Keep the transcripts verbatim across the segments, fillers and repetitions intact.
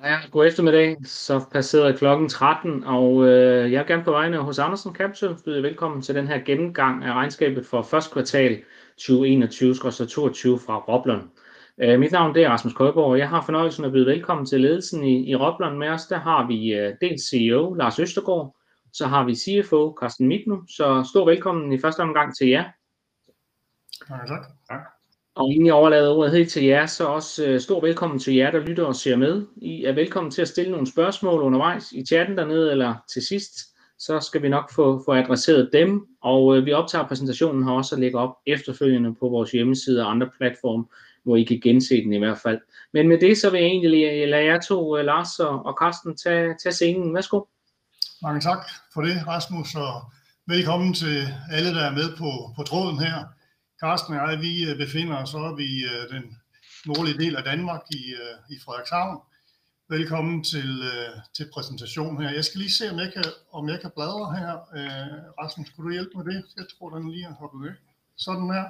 Ja, god eftermiddag. Så passerede klokken tretten, og øh, jeg vil gerne på vegne af H C Andersen Capital byde jer velkommen til den her gennemgang af regnskabet for første kvartal tyve enogtyve toogtyve fra Roblon. Øh, mit navn det er Rasmus Køjborg, og jeg har fornøjelsen at byde velkommen til ledelsen i, i Roblon. Med os der har vi øh, dels C E O Lars Østergaard, så har vi C F O Carsten Migno, så stor velkommen i første omgang til jer. Ja, tak. tak. Og inden jeg overlader ordet helt til jer, så også øh, stor velkommen til jer, der lytter og ser med. I er velkommen til at stille nogle spørgsmål undervejs i chatten dernede eller til sidst. Så skal vi nok få, få adresseret dem, og øh, vi optager præsentationen her også og lægger op efterfølgende på vores hjemmeside og andre platforme, hvor I kan gense den i hvert fald. Men med det, så vil jeg egentlig lade jer to, øh, Lars og, og Carsten, tage, tage scenen. Værsgo. Mange tak for det, Rasmus, og velkommen til alle, der er med på, på tråden her. Carsten og jeg, vi befinder os oppe i uh, den nordlige del af Danmark, i, uh, i Frederikshavn. Velkommen til, uh, til præsentationen her. Jeg skal lige se, om jeg kan, om jeg kan bladre her. Uh, Rasmus, kunne du hjælpe med det? Jeg tror, den lige er hoppet væk. Sådan her.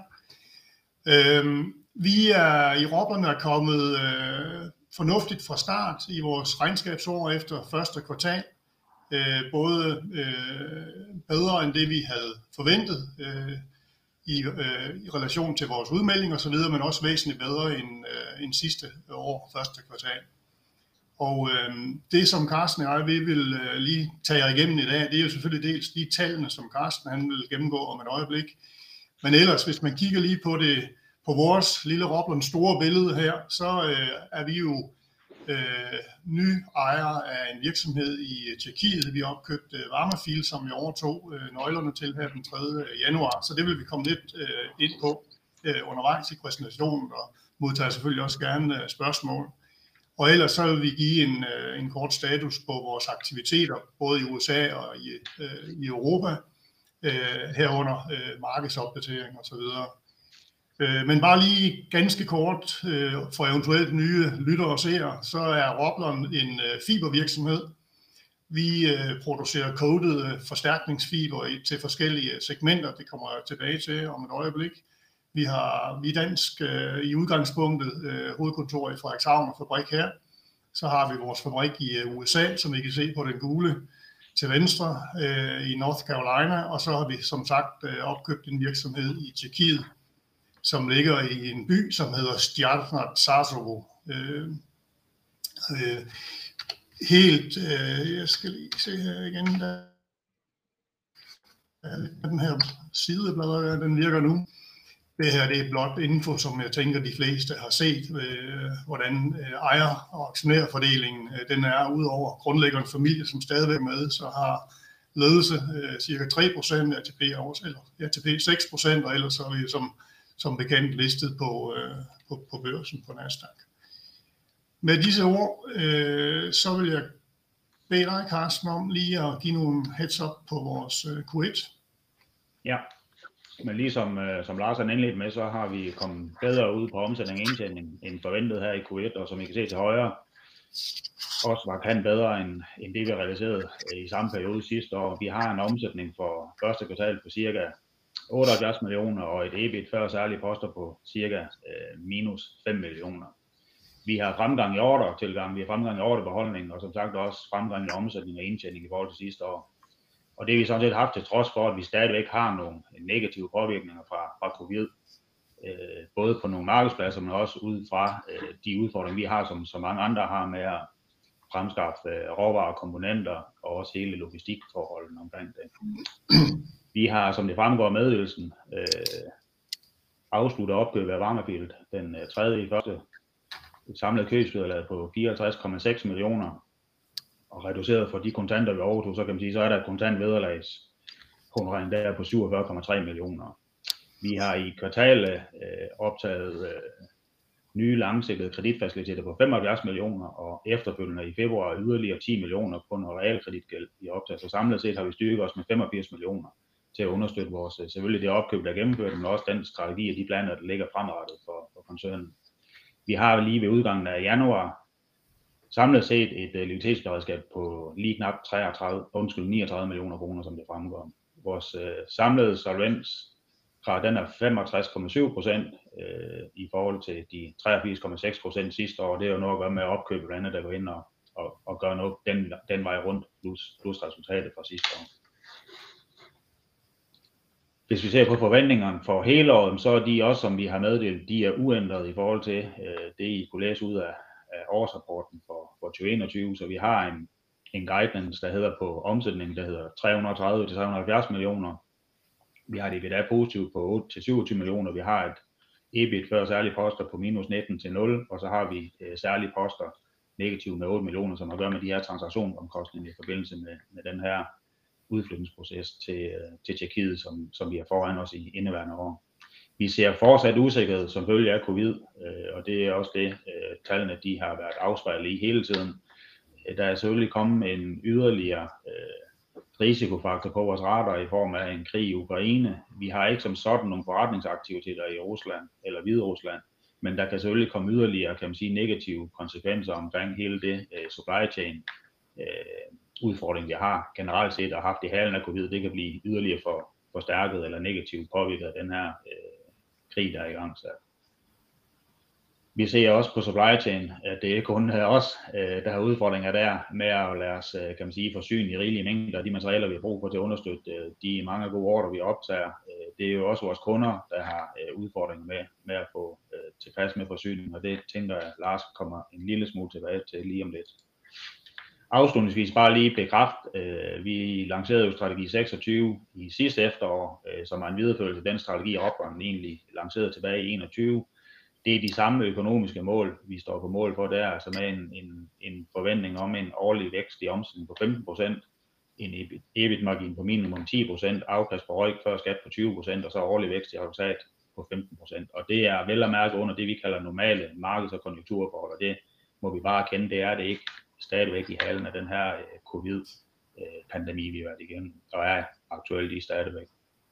Uh, vi er i Roblon er kommet uh, fornuftigt fra start i vores regnskabsår efter første kvartal. Uh, både uh, bedre end det, vi havde forventet. Uh, I, øh, i relation til vores udmelding og så videre, men også væsentligt bedre end, øh, end sidste år, første kvartal. Og øh, det, som Carsten og jeg vi vil øh, lige tage jer igennem i dag, det er jo selvfølgelig dels de tallene, som Carsten han vil gennemgå om et øjeblik. Men ellers, hvis man kigger lige på det på vores lille Roblons store billede her, så øh, er vi jo øh, nye ejere af en virksomhed i Tjekkiet. Vi har opkøbt øh, Varmafil, som vi overtog øh, nøglerne til her den tredje januar, så det vil vi komme lidt øh, ind på øh, undervejs i præsentationen, og modtager selvfølgelig også gerne øh, spørgsmål. Og ellers så vil vi give en, øh, en kort status på vores aktiviteter, både i U S A og i, øh, i Europa, øh, herunder øh, markedsopdatering og så videre. Men bare lige ganske kort for eventuelt nye lyttere og seere, så er Roblon en fibervirksomhed. Vi producerer codede forstærkningsfiber til forskellige segmenter, det kommer jeg tilbage til om et øjeblik. Vi har vi er dansk i udgangspunktet, hovedkontor i Frederikshavn og fabrik her. Så har vi vores fabrik i U S A, som I kan se på den gule til venstre i North Carolina, og så har vi som sagt opkøbt en virksomhed i Tjekkiet, som ligger i en by, som hedder Stjarnat Sarajevo. Øh, øh, helt, øh, jeg skal lige se her igen, der, den her sideblader, den virker nu. Det her det er blot info, som jeg tænker, de fleste har set, øh, hvordan øh, ejer- og aktionærfordelingen øh, den er. Udover grundlæggende familie, som stadigvæk er med, så har ledelse øh, cirka tre procent, A T P, eller A T P seks procent, og ellers så er vi som som bekendt listet på, øh, på, på børsen på Nasdaq. Med disse ord, øh, så vil jeg bede dig, Carsten, om lige at give nogle heads up på vores øh, Q et. Ja, men ligesom øh, som Lars har indledt med, så har vi kommet bedre ud på omsætning og indtjening end forventet her i Q et, og som I kan se til højre, også var kan bedre end, end det, vi realiserede øh, i samme periode sidste år. Vi har en omsætning for første kvartal på cirka otteoghalvfjerds millioner og et E B I T før særlige poster på cirka øh, minus fem millioner. Vi har fremgang i ordretilgang, vi har fremgang i ordrebeholdning, og som sagt også fremgang i omsætning og indtjening i forhold til sidste år. Og det har vi sådan set haft til trods for, at vi stadigvæk har nogle negative påvirkninger fra, fra covid, øh, både på nogle markedspladser, men også ud fra øh, de udfordringer, vi har, som så mange andre har med at fremskaffe øh, råvarer og komponenter, og også hele logistikforholdene omkring det. Vi har, som det fremgår af meddelelsen, øh, afsluttet opkøbet af Varmafil den øh, tredje i første. Et samlet købsvederlag på fireoghalvtreds komma seks millioner, og reduceret for de kontanter, vi overtog, så kan man sige, så er der et kontant vederlagshonorering der på syvogfyrre komma tre millioner. Vi har i kvartalet øh, optaget øh, nye langsigtede kreditfaciliteter på femoghalvfjerds millioner, og efterfølgende i februar yderligere ti millioner på en realkreditgæld i optaget. Så samlet set har vi styrket os med femogfirs millioner til at understøtte vores, selvfølgelig det opkøb, der er gennemført, men også den strategi og de planer, der ligger fremadrettet for, for koncernen. Vi har lige ved udgangen af januar samlet set et uh, likviditetsberedskab på lige knap treogtredive, undskyld, niogtredive millioner kroner, som det fremgår. Vores uh, samlede solvensgrad, den er femogtres komma syv procent uh, i forhold til de treogfirs komma seks procent sidste år. Det er jo noget at gøre med opkøb, blandt andet, der går ind og, gøre noget den, den vej rundt, plus, plus resultatet fra sidste år. Hvis vi ser på forventningerne for hele året, så er de også, som vi har meddelt, de er uændrede i forhold til øh, det, I kunne læse ud af, af årsrapporten for, for tyve enogtyve. Så vi har en, en guidance, der hedder på omsætning, der hedder tre hundrede og tredive til tre hundrede og halvfjerds millioner. Vi har et EBITDA positivt på otte til syvogtyve millioner. Vi har et E B I T før særlige poster på minus nitten til nul, og så har vi øh, særlige poster negativt med otte millioner, som har at gøre med de her transaktionsomkostninger i forbindelse med, med den her udflytningsproces til, til Tjekkiet, som, som vi har foran os i indeværende år. Vi ser fortsat usikkerhed som følge af covid, øh, og det er også det, øh, tallene de har været afspejlet i hele tiden. Der er selvfølgelig kommet en yderligere øh, risikofaktor på vores radar i form af en krig i Ukraine. Vi har ikke som sådan nogle forretningsaktiviteter i Rusland eller Hviderusland, men der kan selvfølgelig komme yderligere, kan man sige, negative konsekvenser omkring hele det øh, supply chain øh, udfordring, vi har generelt set og haft i halen af covid. Det kan blive yderligere for, forstærket eller negativt påvirket af den her øh, krig, der er i gang. Så vi ser også på supply chain, at det er kun os, øh, der har udfordringer der med at lade os, øh, kan man sige, forsyne i rigelige mængder af de materialer, vi har brug for til at understøtte øh, de mange gode ordre, vi optager. Øh, det er jo også vores kunder, der har øh, udfordringer med, med at få øh, tilpas med forsyning, og det tænker jeg, Lars kommer en lille smule tilbage til lige om lidt. Afslutningsvis bare lige bekræft, øh, vi lancerede jo strategi seksogtyve i sidste efterår, øh, som er en videreførelse af den strategi, Rockwool egentlig lancerede tilbage i enogtyve. Det er de samme økonomiske mål, vi står på mål for der, altså med en, en, en forventning om en årlig vækst i omsætning på femten procent, en E B I T-margin på minimum ti procent, afkast på R O I C før skat på tyve procent, og så årlig vækst i resultat på femten procent. Og det er vel at mærke under det, vi kalder normale markeds- og konjunkturforhold, og det må vi bare kende, det er det ikke stadigvæk i halen af den her covid-pandemi, vi har været igennem, og er aktuelt i stadigvæk.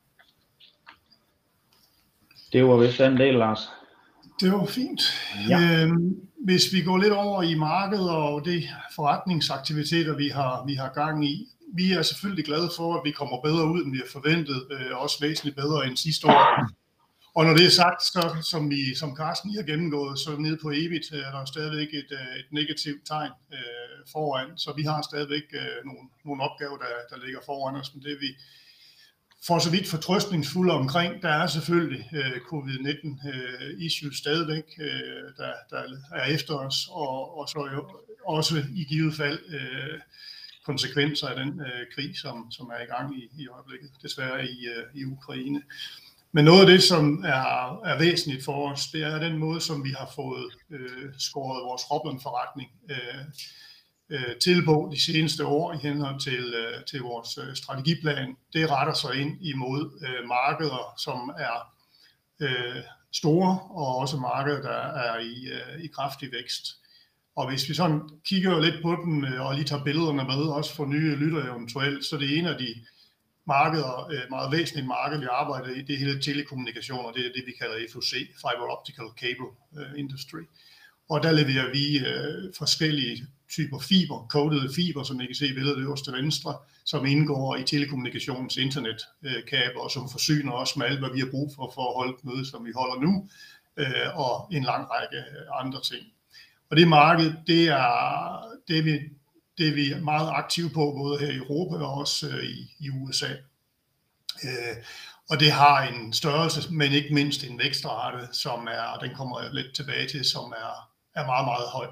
Det var vist den del, Lars. Det var fint. Ja. Øhm, hvis vi går lidt over i markedet og de forretningsaktiviteter, vi har, vi har gang i, vi er selvfølgelig glade for, at vi kommer bedre ud, end vi har forventet, øh, også væsentligt bedre end sidste år. Og når det er sagt, så som, vi, som Carsten har gennemgået, så nede på E B I T er der stadigvæk et, et negativt tegn øh, foran, så vi har stadigvæk øh, nogle, nogle opgaver, der, der ligger foran os, men det er vi for så vidt fortrøstningsfulde omkring. Der er selvfølgelig øh, covid nitten øh, issues stadigvæk, øh, der, der er efter os, og, og så jo også i givet fald øh, konsekvenser af den øh, krig, som, som er i gang i, i øjeblikket, desværre i, øh, i Ukraine. Men noget af det, som er, er væsentligt for os, det er den måde, som vi har fået øh, skåret vores Roblon-forretning øh, øh, til på de seneste år i henhold til, øh, til vores øh, strategiplan. Det retter sig ind imod øh, markeder, som er øh, store, og også markeder, der er i, øh, i kraftig vækst. Og hvis vi sådan kigger lidt på dem øh, og lige tager billederne med, også for nye lyttere eventuelt, så det er en af de markeder, meget væsentligt marked, vi arbejder i, det hele telekommunikationer, det er det, vi kalder F O C, Fiber Optical Cable Industry. Og der leverer vi øh, forskellige typer fiber, codede fiber, som I kan se i billedet øverst til venstre, som indgår i telekommunikationens internetkabler, og som forsyner os med alt, hvad vi har brug for, for at holde et møde, som vi holder nu, øh, og en lang række andre ting. Og det marked, det er det, vi Det er vi meget aktive på, både her i Europa og også øh, i, i U S A. Øh, og det har en størrelse, men ikke mindst en vækstrate, som er, den kommer jeg lidt tilbage til, som er, er meget, meget høj.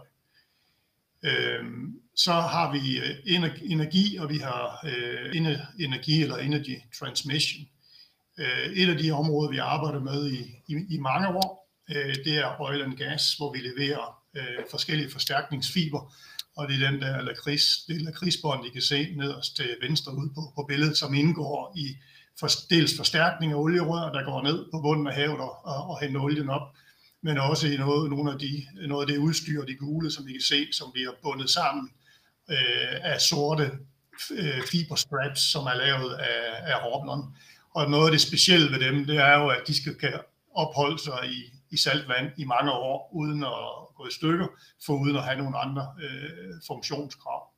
Øh, så har vi energi, og vi har øh, energi eller energy transmission. Øh, et af de områder, vi arbejder med i, i, i mange år, øh, det er oil and gas, hvor vi leverer øh, forskellige forstærkningsfiber. Og det er den der lakrids, det lakridsbånd, I kan se nederst til venstre ude på, på billedet, som indgår i for, dels forstærkning af olierør, der går ned på bunden af havet og, og, og henter olien op, men også i noget, nogle af de, noget af det udstyr, de gule, som I kan se, som bliver bundet sammen øh, af sorte øh, fiberstraps, som er lavet af, af Roblon. Og noget af det specielle ved dem, det er jo, at de skal kan opholde sig i, i saltvand i mange år, uden at gå i stykker, for uden at have nogle andre øh, funktionskrav.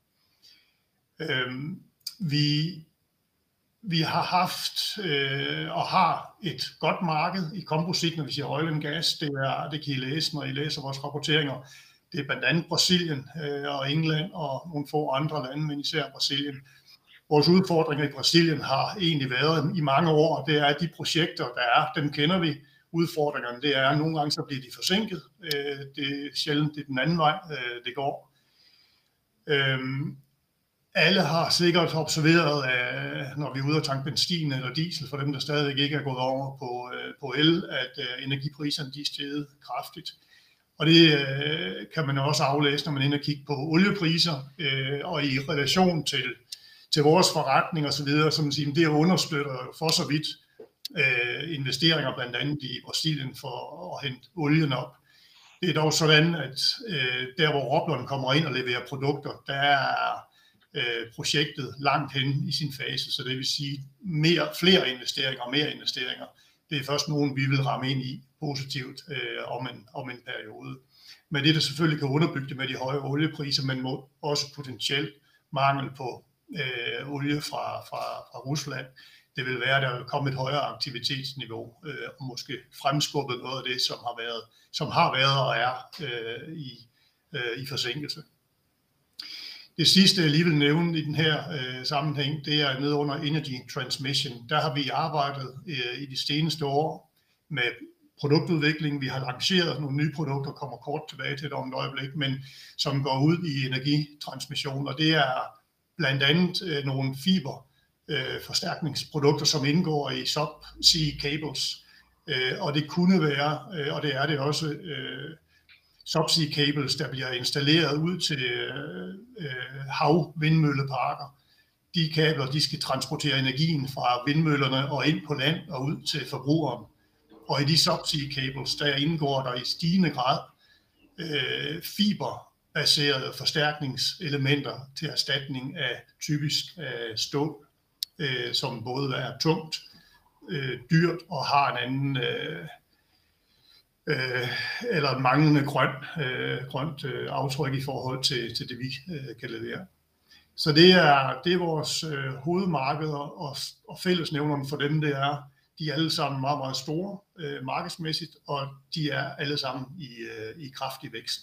Øhm, vi, vi har haft øh, og har et godt marked i komposit, når vi siger oil and gas. Det, er, det kan I læse, når I læser vores rapporteringer. Det er blandt andet Brasilien og England og nogle få andre lande, men især Brasilien. Vores udfordringer i Brasilien har egentlig været i mange år. Det er de projekter, der er, dem kender vi. Udfordringerne, det er, at nogle gange så bliver de forsinket. Det er sjældent, det er den anden vej, det går. Alle har sikkert observeret, når vi er ude at tanke benzin eller diesel, for dem, der stadig ikke er gået over på, på el, at energipriserne de er steget kraftigt. Og det kan man også aflæse, når man ender og kigger på oliepriser, og i relation til, til vores forretning og så videre, som siger, det understøtter for så vidt investeringer blandt andet i Brasilien for at hente olien op. Det er dog sådan, at der hvor Roblon kommer ind og leverer produkter, der er projektet langt hen i sin fase, så det vil sige mere, flere investeringer og mere investeringer. Det er først nogen, vi vil ramme ind i positivt øh, om, en, om en periode. Men det, der selvfølgelig kan underbygge det med de høje oliepriser, men må også potentielt mangel på øh, olie fra, fra, fra Rusland, det vil være, at der vil komme et højere aktivitetsniveau øh, og måske fremskubbet noget af det, som har været, som har været og er øh, i, øh, i forsinkelse. Det sidste, jeg lige vil nævne i den her øh, sammenhæng, det er nede under Energy Transmission. Der har vi arbejdet øh, i de seneste år med produktudvikling. Vi har lanceret nogle nye produkter, kommer kort tilbage til det om et øjeblik, men som går ud i energitransmission. Og det er blandt andet øh, nogle fiberforstærkningsprodukter, øh, som indgår i subsea cables. Øh, og det kunne være, øh, og det er det også, øh, subsea cables, der bliver installeret ud til øh, havvindmølleparker. De kabler, de skal transportere energien fra vindmøllerne og ind på land og ud til forbrugeren. Og i de subsea cables, der indgår der i stigende grad øh, fiberbaserede forstærkningselementer til erstatning af typisk øh, stål, øh, som både er tungt, øh, dyrt og har en anden øh, øh, eller en manglende grøn, øh, grønt øh, aftryk i forhold til, til det, vi øh, kan levere. Så det er, det er vores øh, hovedmarkeder, og, og fællesnævnerne for dem, det er, de er alle sammen meget, meget store øh, markedsmæssigt, og de er alle sammen i, øh, i kraftig vækst.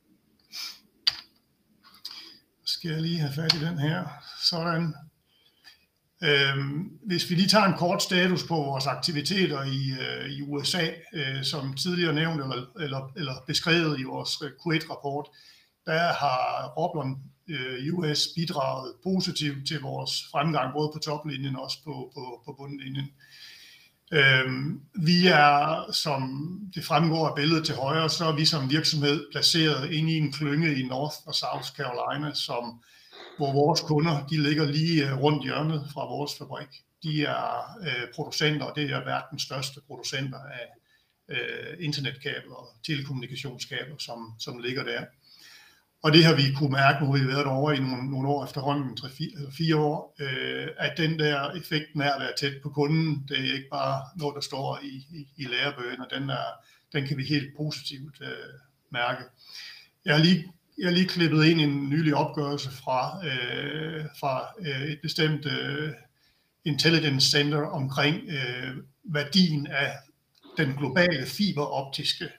Skal jeg lige have fat i den her? Sådan. Øhm, hvis vi lige tager en kort status på vores aktiviteter i, øh, i U S A, øh, som tidligere nævnt eller, eller, eller beskrevet i vores Q et rapport, der har Roblon øh, U S bidraget positivt til vores fremgang, både på toplinjen og også på, på, på bundlinjen. Øhm, vi er, som det fremgår af billedet til højre, så er vi som virksomhed placeret inde i en klynge i North og South Carolina, som hvor vores kunder, de ligger lige rundt hjørnet fra vores fabrik. De er øh, producenter, og det er verdens største producenter af øh, internetkabler og telekommunikationskabler, som, som ligger der. Og det har vi kunne mærke, nu har vi været over i nogle, nogle år efterhånden, tre, fire, eller fire år, øh, at den der effekten er at være tæt på kunden, det er ikke bare noget, der står i, i, i lærebøgerne, den, er, den kan vi helt positivt øh, mærke. Jeg har lige Jeg har lige klippet ind en nylig opgørelse fra, øh, fra øh, et bestemt øh, intelligence center omkring øh, værdien af den globale fiberoptiske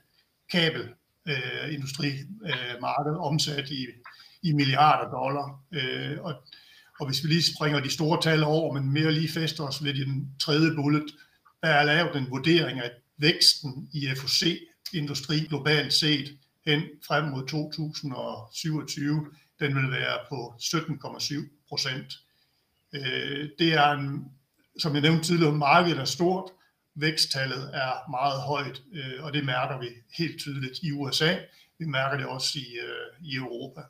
kabelindustrimarked øh, omsat i, i milliarder dollar. Øh, og, og hvis vi lige springer de store tal over, men mere lige fester os ved den tredje bullet, der er lavet en vurdering af væksten i F O C-industri globalt set hen frem mod to tusind syvogtyve, den vil være på sytten komma syv procent. Det er, en, som jeg nævnte tidligere, markedet er stort, væksttallet er meget højt, og det mærker vi helt tydeligt i U S A. Vi mærker det også i, i Europa.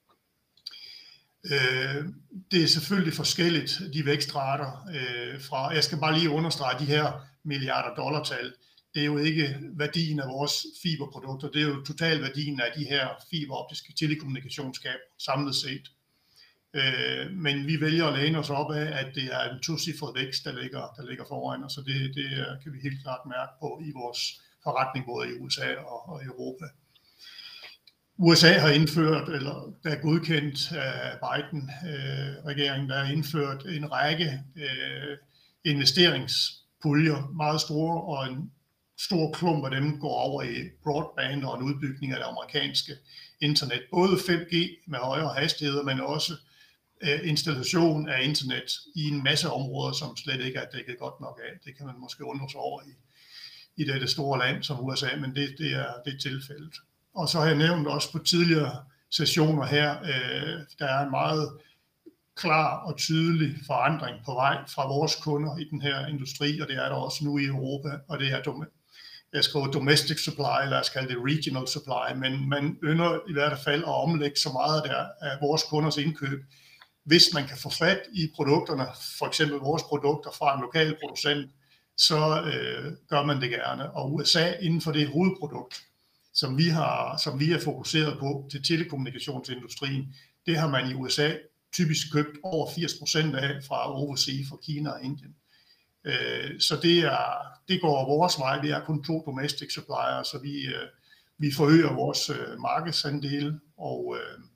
Det er selvfølgelig forskelligt, de vækstrater fra, jeg skal bare lige understrege de her milliarder dollartal. Det er jo ikke værdien af vores fiberprodukter, det er jo totalværdien af de her fiberoptiske telekommunikationskabler samlet set. Øh, men vi vælger at læne os op af, at det er en tocifret vækst, der ligger, der ligger foran os, så det, det kan vi helt klart mærke på i vores forretning, både i U S A og, og Europa. U S A har indført, eller der er godkendt af Biden-regeringen, der har indført en række øh, investeringspuljer, meget store, og en stor klump af dem går over i broadband og en udbygning af det amerikanske internet. Både fem G med højere hastigheder, men også øh, installation af internet i en masse områder, som slet ikke er dækket godt nok af. Det kan man måske undre sig over i, i dette store land som U S A, men det, det, er, det er tilfældet. Og så har jeg nævnt også på tidligere sessioner her, øh, der er en meget klar og tydelig forandring på vej fra vores kunder i den her industri, og det er der også nu i Europa, og det er jeg skriver domestic supply, lad os kalde det regional supply, men man ønsker i hvert fald at omlægge så meget der af vores kunders indkøb, hvis man kan få fat i produkterne, for eksempel vores produkter fra en lokal producent, så øh, gør man det gerne. Og U S A inden for det hovedprodukt, som vi har, som vi er fokuseret på til telekommunikationsindustrien, det har man i U S A typisk købt over firs procent af fra overseas, fra Kina og Indien. Så det, er, det går vores vej. Vi er kun to domestic supplier, så vi, vi forøger vores markedsandel, og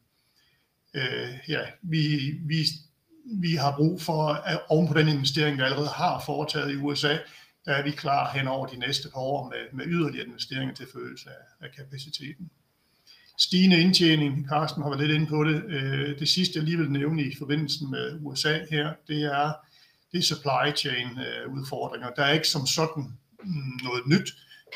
øh, ja, vi, vi, vi har brug for, at oven på den investering, vi allerede har foretaget i U S A, der er vi klar hen over de næste par år med, med yderligere investeringer til forøgelse af, af kapaciteten. Stigende indtjening, Carsten har været lidt inde på det. Det sidste, jeg lige vil nævne i forbindelse med U S A her, det er, det er supply chain udfordringer. Der er ikke som sådan noget nyt,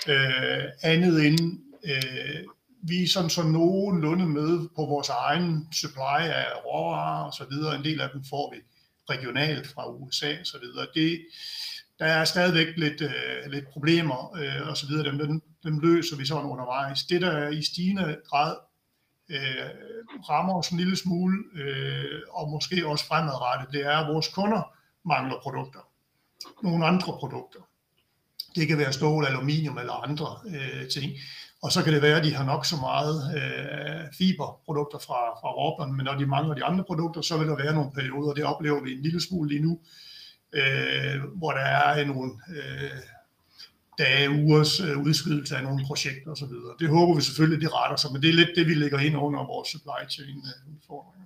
andet end vi er sådan så nogenlunde med på vores egen supply af råvarer og så videre. En del af dem får vi regionalt fra U S A og så videre. Det, der er stadigvæk lidt, lidt problemer og så videre. Dem, dem løser vi sådan undervejs. Det, der i stigende grad øh, rammer os en lille smule, øh, og måske også fremadrettet, det er, at vores kunder mangler produkter. Nogle andre produkter. Det kan være stål, aluminium eller andre øh, ting. Og så kan det være, at de har nok så meget øh, fiberprodukter fra, fra Roblen, men når de mangler de andre produkter, så vil der være nogle perioder, det oplever vi en lille smule lige nu, øh, hvor der er nogle øh, dage, ugers øh, udskydelse af nogle projekter osv. Det håber vi selvfølgelig, de retter sig, men det er lidt det, vi lægger ind under vores supply chain øh, udfordringer.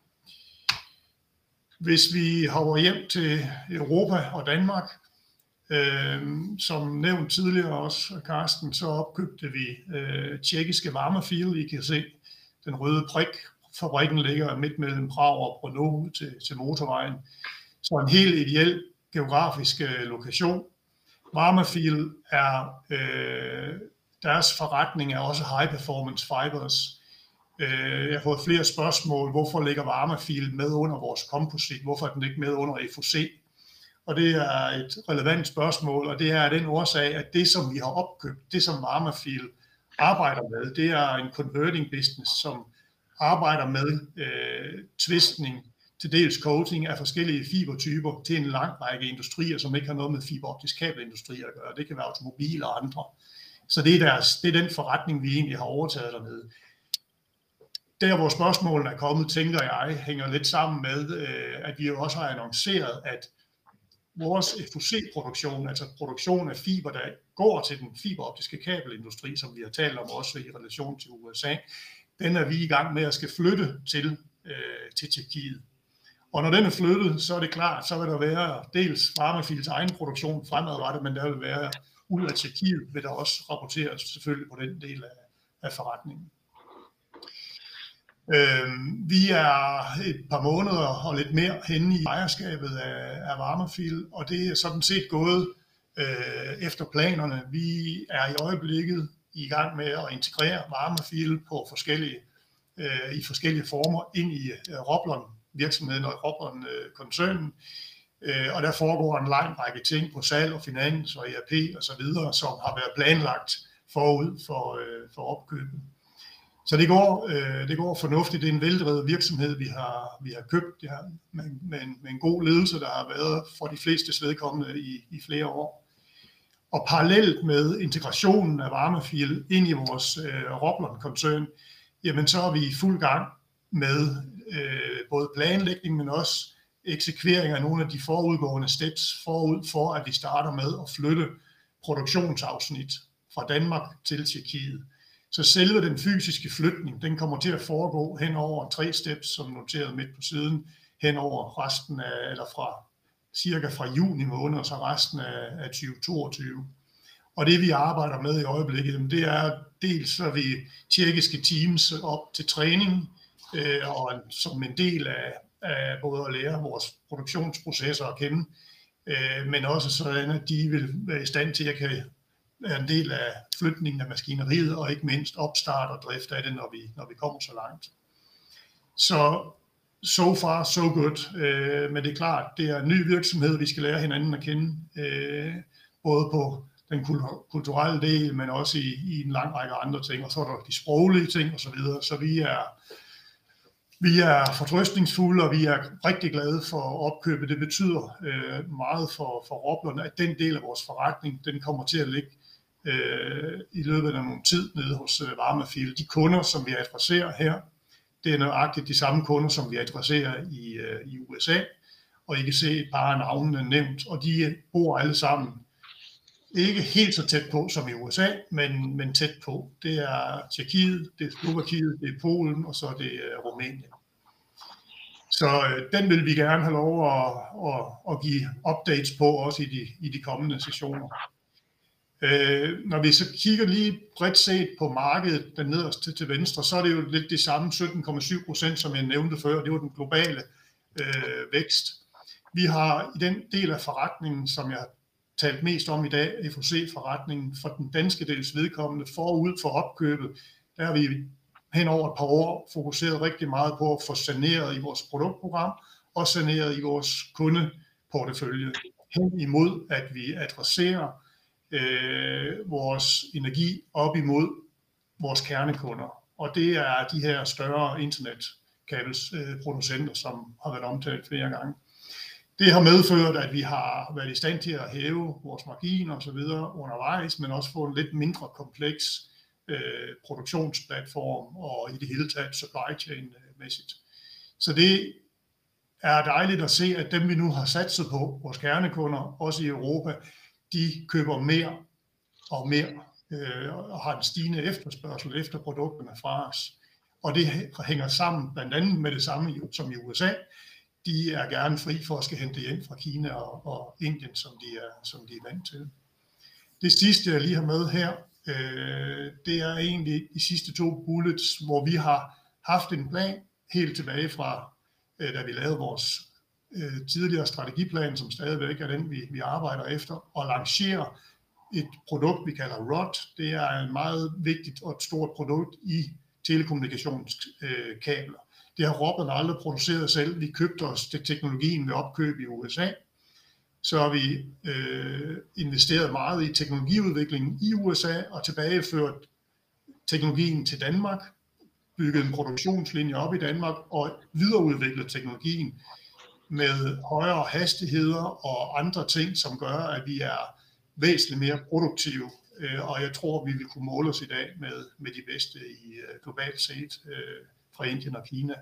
Hvis vi hopper hjem til Europa og Danmark, øh, som nævnt tidligere også, Carsten, så opkøbte vi øh, tjekkiske Varmafil. I kan se den røde prik. Fabrikken ligger midt mellem Prag og Brno til, til motorvejen. Så en helt ideel geografisk øh, lokation. Varmafil er, øh, deres forretning er også high performance fibers. Jeg har fået flere spørgsmål, hvorfor ligger Varmafil med under vores composite, hvorfor er den ikke med under F O C? Og det er et relevant spørgsmål, og det er den årsag, at det som vi har opkøbt, det som Varmafil arbejder med, det er en converting business, som arbejder med øh, tvistning, til dels coating af forskellige fibertyper til en lang række industrier, som ikke har noget med fiberoptisk kabelindustri at gøre. Det kan være automobil og andre. Så det er, deres, det er den forretning, vi egentlig har overtaget dernede. Der hvor spørgsmålene er kommet, tænker jeg, hænger lidt sammen med, at vi jo også har annonceret, at vores F O C-produktion, altså produktion af fiber, der går til den fiberoptiske kabelindustri, som vi har talt om også i relation til U S A, den er vi i gang med at skal flytte til, øh, til Tjekkiet. Og når den er flyttet, så er det klart, så vil der være dels Varmafils egen produktion fremadrettet, men der vil være ud af Tjekkiet, vil der også rapporteres selvfølgelig på den del af, af forretningen. Øh, vi er et par måneder og lidt mere henne i ejerskabet af, af Varmafil, og det er sådan set gået øh, efter planerne. Vi er i øjeblikket i gang med at integrere Varmafil på forskellige, øh, i forskellige former ind i øh, Roblon virksomheden og Roblon øh, koncernen, øh, og der foregår en lang række ting på salg og finans og E R P og så videre, som har været planlagt forud for, øh, for opkøbet. Så det går, øh, det går fornuftigt. Det er en veldrevet virksomhed, vi har, vi har købt det her, med, med, en, med en god ledelse, der har været for de fleste vedkommende i, i flere år. Og parallelt med integrationen af Varmafil ind i vores øh, Roblon-koncern, jamen så er vi i fuld gang med øh, både planlægning, men også eksekvering af nogle af de forudgående steps forud for, at vi starter med at flytte produktionsafsnit fra Danmark til Tjekkiet. Så selve den fysiske flytning, den kommer til at foregå hen over tre steps, som noteret midt på siden, hen over resten af, eller fra cirka fra juni måned, og så resten af, af tyve toogtyve. Og det vi arbejder med i øjeblikket, det er dels så vi tjekkiske teams op til træning, øh, og som en del af, af både at lære vores produktionsprocesser at kende, øh, men også sådan, at de vil være i stand til at kan være en del af flytningen af maskineriet, og ikke mindst opstart og drift af det, når vi, når vi kommer så langt. Så so far, so good. Øh, men det er klart, det er en ny virksomhed, vi skal lære hinanden at kende, øh, både på den kulturelle del, men også i, i en lang række andre ting, og så er der de sproglige ting og så videre. Så vi er, vi er fortrøstningsfulde, og vi er rigtig glade for opkøbet. Det betyder øh, meget for, for Roblon, at den del af vores forretning, den kommer til at ligge øh, i løbet af nogle tid nede hos øh, Varmafil. De kunder, som vi adresserer her, det er nøjagtigt de samme kunder, som vi adresserer i, øh, i U S A, og I kan se et par af navnene nævnt, og de bor alle sammen ikke helt så tæt på som i U S A, men, men tæt på. Det er Tjekkiet, det er Slovakiet, det er Polen, og så er det uh, Rumænien. Så uh, den vil vi gerne have lov at, at, at give updates på, også i de, i de kommende sessioner. Uh, når vi så kigger lige bredt set på markedet, den nederst til, til venstre, så er det jo lidt det samme sytten komma syv procent, som jeg nævnte før. Det var den globale uh, vækst. Vi har i den del af forretningen, som jeg talt mest om i dag, F O C-forretningen, for den danske dels vedkommende forud for opkøbet, der har vi hen over et par år fokuseret rigtig meget på at få saneret i vores produktprogram og saneret i vores kundeportefølje hen imod, at vi adresserer øh, vores energi op imod vores kernekunder. Og det er de her større internetkabelsproducenter, som har været omtalt flere gange. Det har medført, at vi har været i stand til at hæve vores marginer og så videre undervejs, men også få en lidt mindre kompleks øh, produktionsplatform og i det hele taget supply chain-mæssigt. Så det er dejligt at se, at dem vi nu har satset på, vores kernekunder, også i Europa, de køber mere og mere øh, og har en stigende efterspørgsel efter produkterne fra os. Og det hænger sammen blandt andet med det samme som i U S A. De er gerne fri for at skal hente hjem fra Kina og, og Indien, som de, er, som de er vant til. Det sidste, jeg lige har med her, øh, det er egentlig de sidste to bullets, hvor vi har haft en plan helt tilbage fra, øh, da vi lavede vores øh, tidligere strategiplan, som stadigvæk er den, vi, vi arbejder efter, og lancerer et produkt, vi kalder R O D. Det er et meget vigtigt og et stort produkt i telekommunikationskabler. Det har Roblon aldrig produceret selv. Vi købte os til teknologien ved opkøb i U S A. Så har vi øh, investeret meget i teknologiudviklingen i U S A og tilbageført teknologien til Danmark, bygget en produktionslinje op i Danmark og videreudviklet teknologien med højere hastigheder og andre ting, som gør, at vi er væsentligt mere produktive. Og jeg tror, vi vil kunne måle os i dag med, med de bedste i globalt set fra Indien og Kina.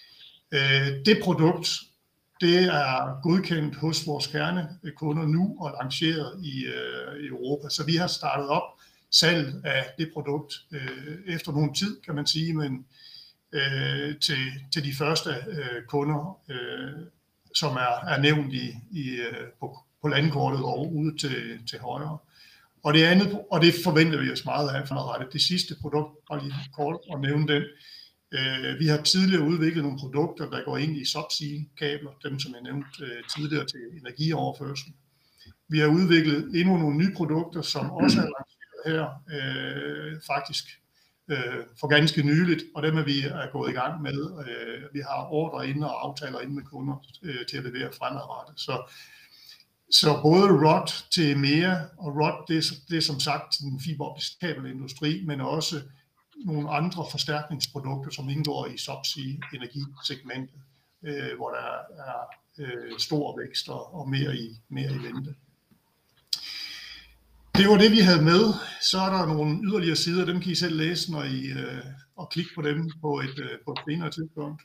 Det produkt, det er godkendt hos vores kernekunder nu og lanceret i, i Europa. Så vi har startet op salg af det produkt efter nogen tid, kan man sige, men til, til de første kunder, som er, er nævnt i, i, på, på landkortet og ude til, til højre. Og det andet, og det forventer vi os meget af fremadrettet. Det sidste produkt, bare lige kort at nævne den. Vi har tidligere udviklet nogle produkter, der går ind i subsea-kabler, dem som jeg nævnte tidligere til energioverførsel. Vi har udviklet endnu nogle nye produkter, som også er lanceret her, øh, faktisk øh, for ganske nyligt, og dem er vi er gået i gang med. Øh, vi har ordre inde og aftaler inde med kunder øh, til at levere fremadrettet. Så Så både R O D til E M E A, og R O D det er, det er som sagt den fiberoptiske kabelindustri, men også nogle andre forstærkningsprodukter, som indgår i subsea-energisegmentet, øh, hvor der er øh, stor vækst og, og mere, i, mere i vente. Det var det, vi havde med. Så er der nogle yderligere sider, dem kan I selv læse, når I, øh, og klikke på dem på et, øh, på et senere tidspunkt.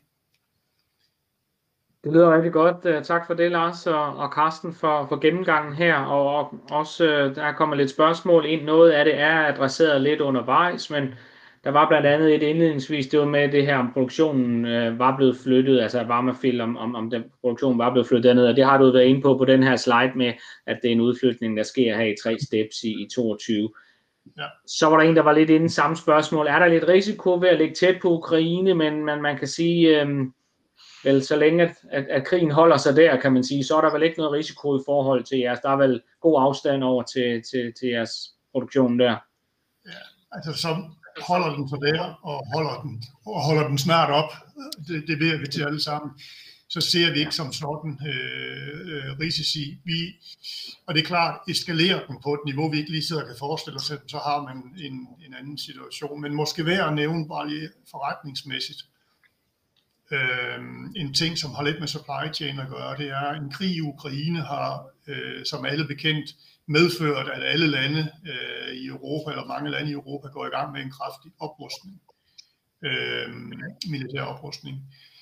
Det lyder rigtig godt. Tak for det, Lars og Carsten, for, for gennemgangen her. Og også, der kommer lidt spørgsmål ind. Noget af det er adresseret lidt undervejs, men der var blandt andet et indledningsvis, det var med det her, om produktionen øh, var blevet flyttet, altså Varmafil, om, om, om den produktion var blevet flyttet derned, og det har du været inde på på den her slide med, at det er en udflytning, der sker her i tre steps i, i toogtyve. Ja. Så var der en, der var lidt inde i samme spørgsmål. Er der lidt risiko ved at ligge tæt på Ukraine, men man, man kan sige, øh, vel, så længe at, at, at krigen holder sig der, kan man sige, så er der vel ikke noget risiko i forhold til jeres. Der er vel god afstand over til, til, til jeres produktion der. Ja, altså så holder den så der, og holder den, og holder den snart op. Det, det ved vi til alle sammen. Så ser vi ikke som sådan øh, øh, risici. Vi, og det er klart, eskalerer den på et niveau, vi ikke lige sidder og kan forestille os, så har man en, en anden situation. Men måske værd at nævne bare lige forretningsmæssigt. Øh, en ting, som har lidt med supply chain at gøre, det er, en krig i Ukraine har, øh, som alle bekendt, medført, at alle lande øh, i Europa, eller mange lande i Europa, går i gang med en kraftig oprustning. Øh, militær oprustning.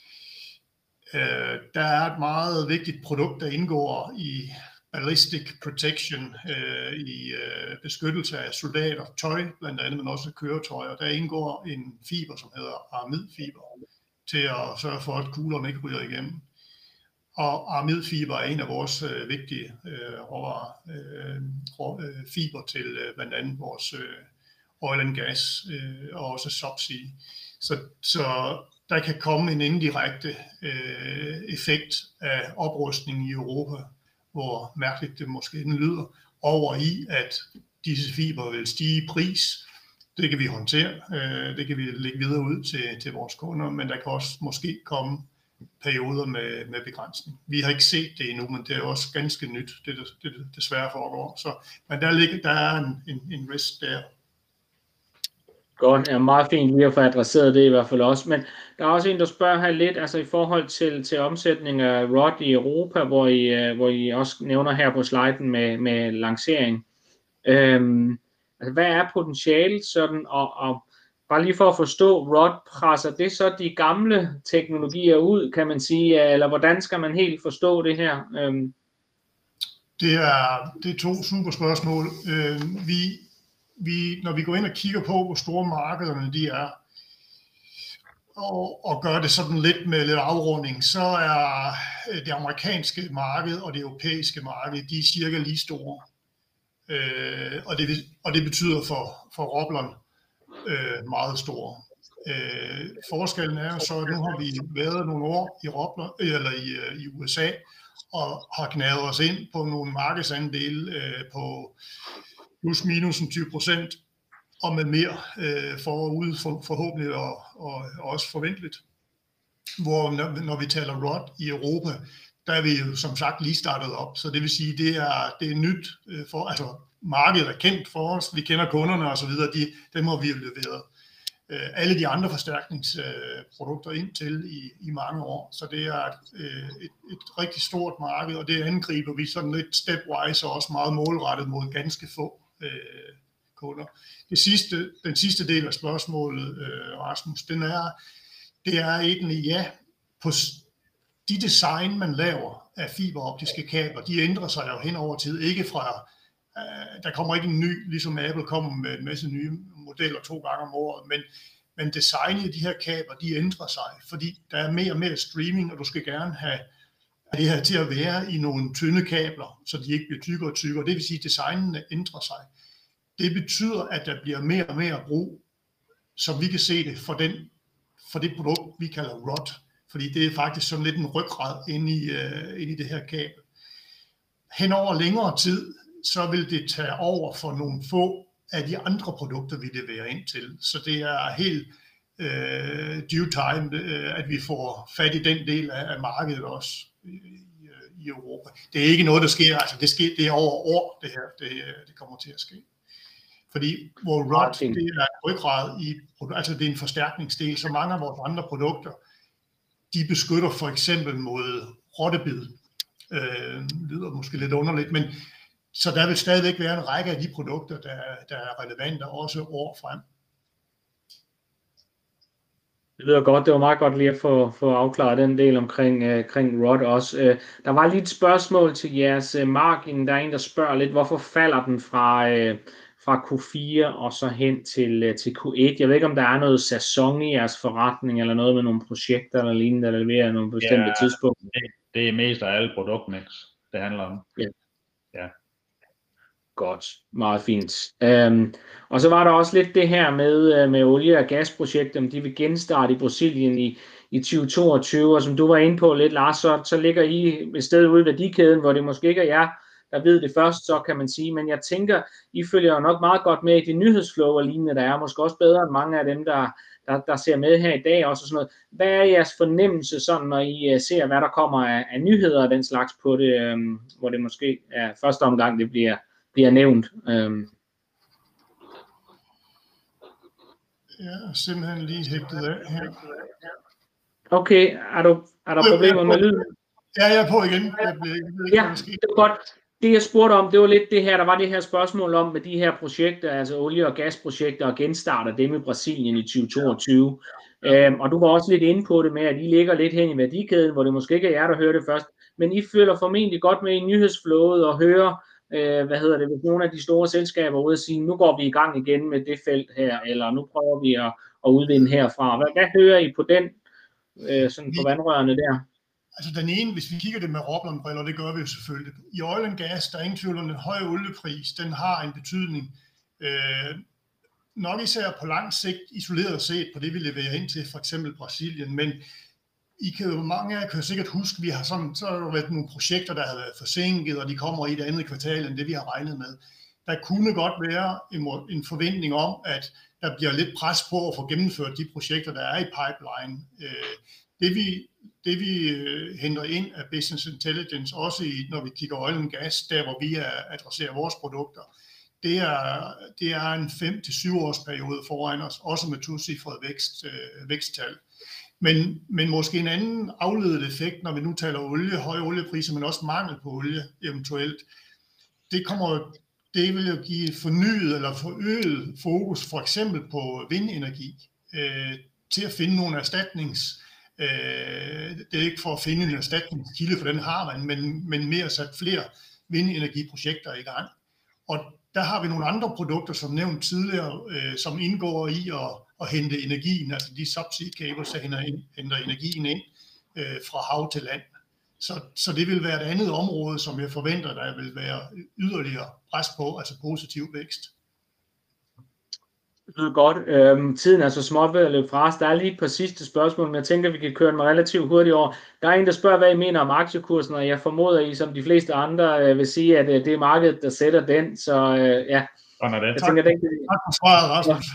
Øh, der er et meget vigtigt produkt, der indgår i ballistic protection, øh, i øh, beskyttelse af soldater, tøj blandt andet, men også køretøjer. Der indgår en fiber, som hedder aramidfiber, til at sørge for, at kuglerne ikke ryger igennem. Og aramidfiber er en af vores øh, vigtige øh, råvarer, øh, øh, fiber til øh, blandt andet vores øh, oil and gas øh, og også subsea. Så, så der kan komme en indirekte øh, effekt af oprustning i Europa, hvor mærkeligt det måske den lyder, over i, at disse fiber vil stige i pris. Det kan vi håndtere, øh, det kan vi lægge videre ud til, til vores kunder, men der kan også måske komme perioder med, med begrænsning. Vi har ikke set det endnu, men det er også ganske nyt, det, det, det desværre foregår. Så, men der, ligger, der er en, en, en risk der. Godt, er meget fint lige at få adresseret det i hvert fald også, men der er også en, der spørger her lidt, altså i forhold til, til omsætning af R O D i Europa, hvor I, hvor I også nævner her på sliden med, med lancering. Øhm, altså hvad er potentialet sådan, og, og bare lige for at forstå, R O D presser det så de gamle teknologier ud, kan man sige, eller hvordan skal man helt forstå det her? Øhm. Det er, det er to super spørgsmål. Øh, vi Vi, når vi går ind og kigger på, hvor store markederne de er, og, og gør det sådan lidt med lidt afrunding, så er det amerikanske marked og det europæiske marked, de er cirka lige store. Øh, og, det, og det betyder for, for Roblon øh, meget store. Øh, forskellen er så, at nu har vi været nogle år i, Roblon, eller i, i U S A, og har knæret os ind på nogle markedsandele øh, på plus minus en tyve procent, og med mere øh, forude for, forhåbentlig og, og, og også forventeligt. Hvor når, når vi taler R O D i Europa, der er vi jo som sagt lige startet op, så det vil sige, det er det er nyt øh, for, altså markedet er kendt for os, vi kender kunderne og så videre, de, dem har vi jo leveret øh, alle de andre forstærkningsprodukter øh, ind til i, i mange år, så det er et, øh, et, et rigtig stort marked, og det angriber vi sådan lidt stepwise og også meget målrettet mod ganske få Øh, kunder. Det sidste, den sidste del af spørgsmålet, øh, Rasmus, den er, det er egentlig ja, på de design, man laver af fiberoptiske kabler, de ændrer sig jo hen over tid, ikke fra, øh, der kommer ikke en ny, ligesom Apple kommer med en masse nye modeller to gange om året, men, men designet i de her kabler, de ændrer sig, fordi der er mere og mere streaming, og du skal gerne have det her til at være i nogle tynde kabler, så de ikke bliver tykkere og tykkere. Det vil sige, at designene ændrer sig. Det betyder, at der bliver mere og mere brug, som vi kan se det, for, den, for det produkt, vi kalder R O D. Fordi det er faktisk sådan lidt en ryggrad inde i, uh, inde i det her kabel. Hen over længere tid, så vil det tage over for nogle få af de andre produkter, vi leverer ind til. Så det er helt uh, due time, uh, at vi får fat i den del af, af markedet også i, i Europa. Det er ikke noget, der sker, altså det, sker, det er over år, det her, det, det kommer til at ske. Fordi hvor R O D, det er en ryggrad i, altså det er en forstærkningsdel, så mange af vores andre produkter, de beskytter for eksempel mod rottebid. Øh, lyder måske lidt underligt, men så der vil stadigvæk være en række af de produkter, der, der er relevante også år frem. Det lyder godt. Det var meget godt lige at få, få afklaret den del omkring, øh, omkring R O D også. Øh, der var lige et spørgsmål til jeres øh, margin. Der er en, der spørger lidt, hvorfor falder den fra, øh, fra Q fire og så hen til, til Q et. Jeg ved ikke, om der er noget sæson i jeres forretning, eller noget med nogle projekter eller lignende, der leverer nogle bestemte Ja, tidspunkter. Det, det er mest af alle produktmix, det handler om. Ja. Ja. Godt, meget fint. Øhm, og så var der også lidt det her med, med olie- og gasprojekter, om de vil genstarte i Brasilien i, i tyve toogtyve, og som du var inde på lidt, Lars, så, så ligger I et sted ude i værdikæden, hvor det måske ikke er jer, der ved det først, så kan man sige, men jeg tænker, I følger jo nok meget godt med i de nyhedsflow og lignende, der er måske også bedre end mange af dem, der, der, der ser med her i dag også og sådan noget. Hvad er jeres fornemmelse sådan, når I ser, hvad der kommer af, af nyheder og den slags på det, øhm, hvor det måske er første omgang, det bliver bliver nævnt. Øhm. Ja, simpelthen lige hægtet af her. Okay, er du, er der problemer med lyden? Ja, jeg er på igen. Jeg blev, jeg ved ikke, ja, det er godt. Det jeg spurgte om, det var lidt det her, der var det her spørgsmål om med de her projekter, altså olie- og gasprojekter, og genstarter dem i Brasilien i tyve toogtyve. Ja. Øhm, og du var også lidt inde på det med, at I ligger lidt hen i værdikæden, hvor det måske ikke er jer, der hører det først, men I følger formentlig godt med i nyhedsflowet og hører, øh, hvad hedder det, hvis nogle af de store selskaber ude at sige, nu går vi i gang igen med det felt her, eller nu prøver vi at, at udvinde herfra. Hvad, hvad hører I på den, øh, sådan på vandrørene der? Altså den ene, hvis vi kigger det med råblombriller, det gør vi jo selvfølgelig. I oil and gas, der er ingen tvivl om, den høje oliepris, den har en betydning. Øh, nok især på lang sigt, isoleret set på det, vi leverer ind til, for eksempel Brasilien. Men I kan jo, mange af jer kan jo sikkert huske, vi har sådan, så har der været nogle projekter, der har været forsinket, og de kommer i det andet kvartal, end det vi har regnet med. Der kunne godt være en, en forventning om, at der bliver lidt pres på at få gennemført de projekter, der er i pipeline. Øh, det vi Det vi øh, henter ind af business intelligence, også i, når vi kigger oil and gas, der hvor vi er, adresserer vores produkter, det er, det er en fem til syv års periode foran os, også med tocifret vækst, øh, væksttal. Men, men måske en anden afledet effekt, når vi nu taler olie, høje oliepriser, men også mangel på olie eventuelt, det kommer, det vil jo give fornyet eller forøget fokus for eksempel på vindenergi, øh, til at finde nogle erstatnings. Det er ikke for at finde en erstatningskilde, for den har man, men, men mere sat flere vindenergiprojekter i gang. Og der har vi nogle andre produkter, som nævnt tidligere, øh, som indgår i at, at hente energien, altså de subsea cables, der henter, ind, henter energien ind øh, fra hav til land. Så, så det vil være et andet område, som jeg forventer, der vil være yderligere pres på, altså positiv vækst. Det lyder godt. Øhm, tiden er så småt ved at løbe fra os. Der er lige et par sidste spørgsmål, men jeg tænker, at vi kan køre den relativt hurtigt over. Der er en, der spørger, hvad I mener om aktiekursen, og jeg formoder, I som de fleste andre øh, vil sige, at øh, det er markedet, der sætter den. Så øh, ja, Sådan er det. jeg Tak, tænker, den, tak for svaret, Rasmus.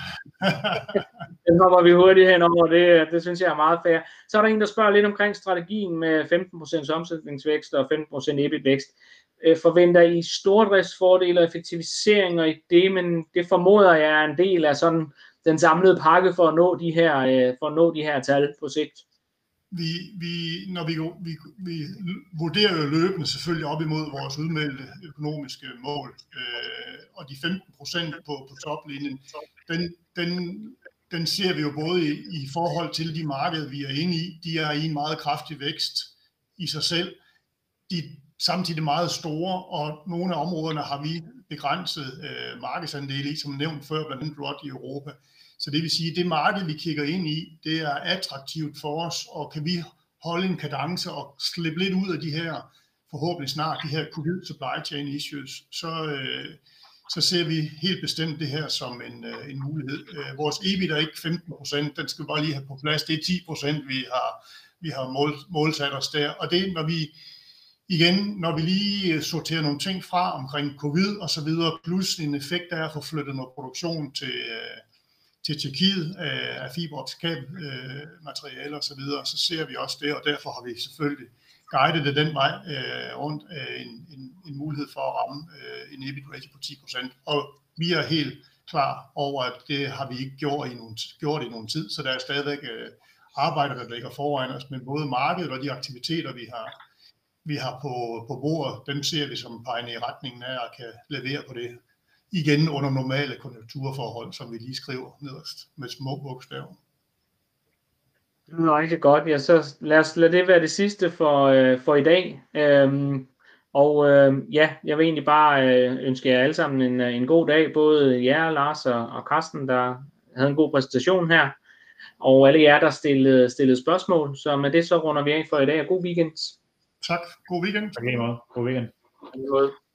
den hopper vi hurtigt henover, det, det synes jeg er meget fair. Så er der en, der spørger lidt omkring strategien med femten procent omsætningsvækst og femten procent E B I T-vækst. Forventer I stordriftsfordele og effektiviseringer i det, men det formoder jeg er en del af sådan den samlede pakke for at nå de her, for at nå de her tal på sigt. Vi, vi, når vi, vi, vi vurderer jo løbende selvfølgelig op imod vores udmeldte økonomiske mål, øh, og de femten procent på, på toplinjen, den, den, den ser vi jo både i, i forhold til de markeder, vi er inde i. De er i en meget kraftig vækst i sig selv. De samtidig meget store, og nogle af områderne har vi begrænset øh, markedsandele i, som nævnt før, blandt andet Rod i Europa. Så det vil sige, at det marked, vi kigger ind i, det er attraktivt for os, og kan vi holde en kadence og slippe lidt ud af de her, forhåbentlig snart, de her COVID supply chain issues, så, øh, så ser vi helt bestemt det her som en, øh, en mulighed. Øh, vores E B I T er ikke femten procent, den skal vi bare lige have på plads. Det er ti procent, vi har, vi har mål, målsat os der, og det når vi igen, når vi lige sorterer nogle ting fra omkring covid og så videre, plus en effekt der er at få flyttet noget produktion til, til Tjekkiet af fiberoptikalmaterialer og så videre, så ser vi også det, og derfor har vi selvfølgelig guidet det den vej rundt en, en, en mulighed for at ramme en E B I T-ratio på ti procent. Og vi er helt klar over, at det har vi ikke gjort i nogen, gjort i nogen tid, så der er stadigvæk arbejder, der ligger foran os, men både markedet og de aktiviteter, vi har vi har på, på bordet, dem ser vi som pegende i retningen af at kan levere på det. Igen under normale konjunkturforhold, som vi lige skriver nederst med små bogstaver. Det lyder rigtig godt. Ja, så lad os lade det være det sidste for, øh, for i dag. Øhm, Og øh, ja, jeg vil egentlig bare øh, ønske jer alle sammen en, en god dag, både jer, Lars og, og Carsten, der havde en god præsentation her, og alle jer, der stillede, stillede spørgsmål. Så med det så runder vi af for i dag, og god weekend. Tak. God weekend. Tak lige meget. God weekend. God weekend.